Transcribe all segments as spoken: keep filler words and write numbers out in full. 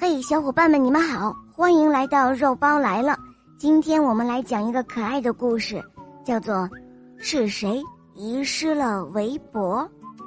嘿，小伙伴们，你们好，欢迎来到肉包来了。今天我们来讲一个可爱的故事，叫做是谁遗失了围脖。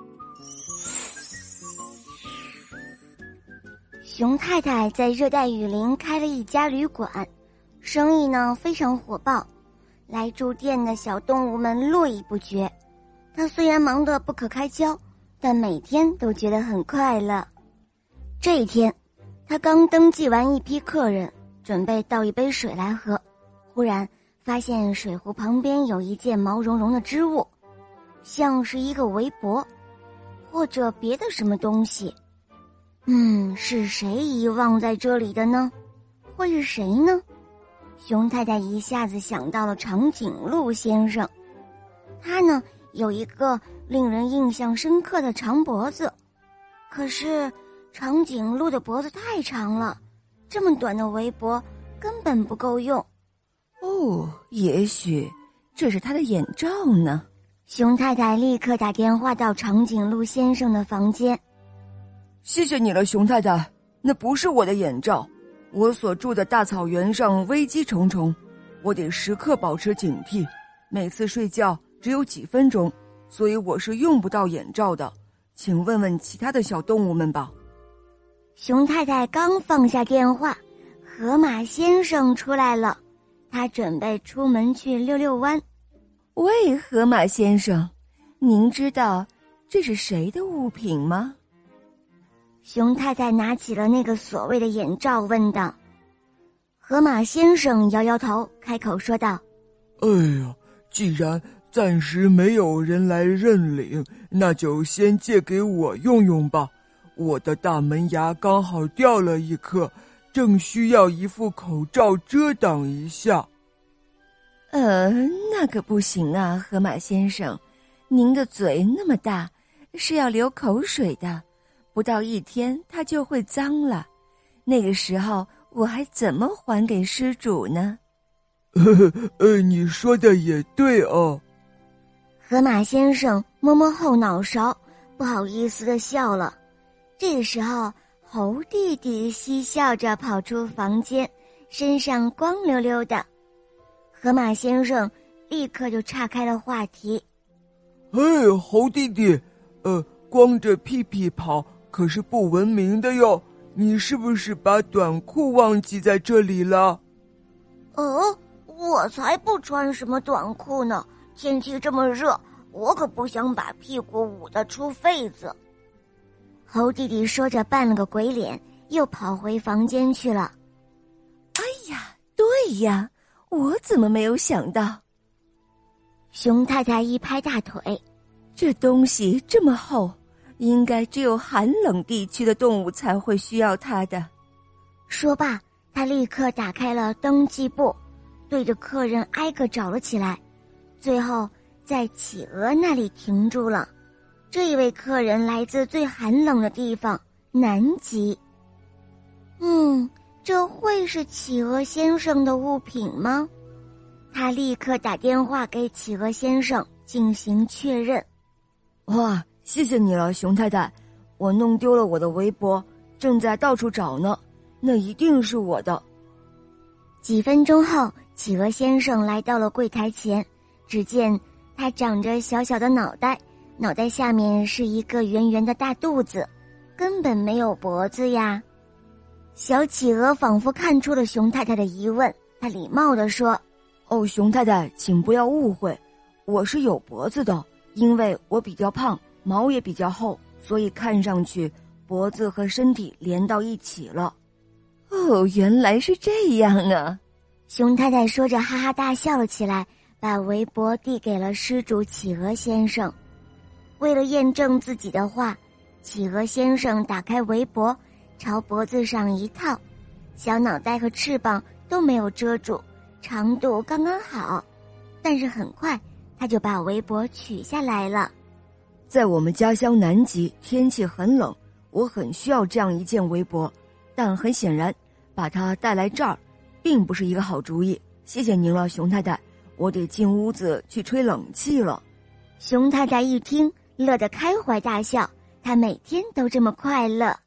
熊太太在热带雨林开了一家旅馆，生意呢非常火爆，来住店的小动物们络绎不绝。她虽然忙得不可开交，但每天都觉得很快乐。这一天，他刚登记完一批客人，准备倒一杯水来喝，忽然发现水壶旁边有一件毛茸茸的织物，像是一个围脖，或者别的什么东西。嗯，是谁遗忘在这里的呢？会是谁呢？熊太太一下子想到了长颈鹿先生，他呢有一个令人印象深刻的长脖子，可是长颈鹿的脖子太长了，这么短的围脖根本不够用。 哦，也许这是他的眼罩呢。 熊太太立刻打电话到长颈鹿先生的房间。 谢谢你了，熊太太，那不是我的眼罩。我所住的大草原上危机重重，我得时刻保持警惕，每次睡觉只有几分钟，所以我是用不到眼罩的。请问问其他的小动物们吧。 熊太太刚放下电话，河马先生出来了，他准备出门去遛遛弯。 喂，河马先生，您知道这是谁的物品吗？ 熊太太拿起了那个所谓的眼罩问道。河马先生摇摇头，开口说道： 哎呀，既然暂时没有人来认领，那就先借给我用用吧。我的大门牙刚好掉了一颗，正需要一副口罩遮挡一下。 呃，那可不行啊，河马先生，您的嘴那么大，是要流口水的，不到一天它就会脏了，那个时候我还怎么还给失主呢？ 呃呃，你说的也对哦。 河马先生摸摸后脑勺，不好意思地笑了。这个时候，猴弟弟嬉笑着跑出房间，身上光溜溜的。河马先生立刻就岔开了话题。 嘿，猴弟弟，呃，光着屁屁跑可是不文明的哟，你是不是把短裤忘记在这里了？ 哦，我才不穿什么短裤呢，天气这么热，我可不想把屁股捂得出痱子。猴弟弟说着扮了个鬼脸，又跑回房间去了。 哎呀，对呀，我怎么没有想到？ 熊太太一拍大腿， 这东西这么厚，应该只有寒冷地区的动物才会需要它的。 说罢，他立刻打开了登记簿，对着客人挨个找了起来，最后在企鹅那里停住了。这一位客人来自最寒冷的地方，南极。嗯，这会是企鹅先生的物品吗？他立刻打电话给企鹅先生进行确认。 哇，谢谢你了，熊太太，我弄丢了我的围脖，正在到处找呢，那一定是我的。 几分钟后，企鹅先生来到了柜台前，只见他长着小小的脑袋，脑袋下面是一个圆圆的大肚子，根本没有脖子呀。小企鹅仿佛看出了熊太太的疑问，他礼貌地说： 哦，熊太太，请不要误会，我是有脖子的，因为我比较胖，毛也比较厚，所以看上去脖子和身体连到一起了。哦，原来是这样啊。 熊太太说着哈哈大笑了起来，把围脖递给了失主企鹅先生。为了验证自己的话，企鹅先生打开围脖，朝脖子上一套，小脑袋和翅膀都没有遮住，长度刚刚好。但是很快他就把围脖取下来了。 在我们家乡南极，天气很冷，我很需要这样一件围脖，但很显然把它带来这儿并不是一个好主意。谢谢您了，熊太太，我得进屋子去吹冷气了。 熊太太一听，乐得开怀大笑，她每天都这么快乐。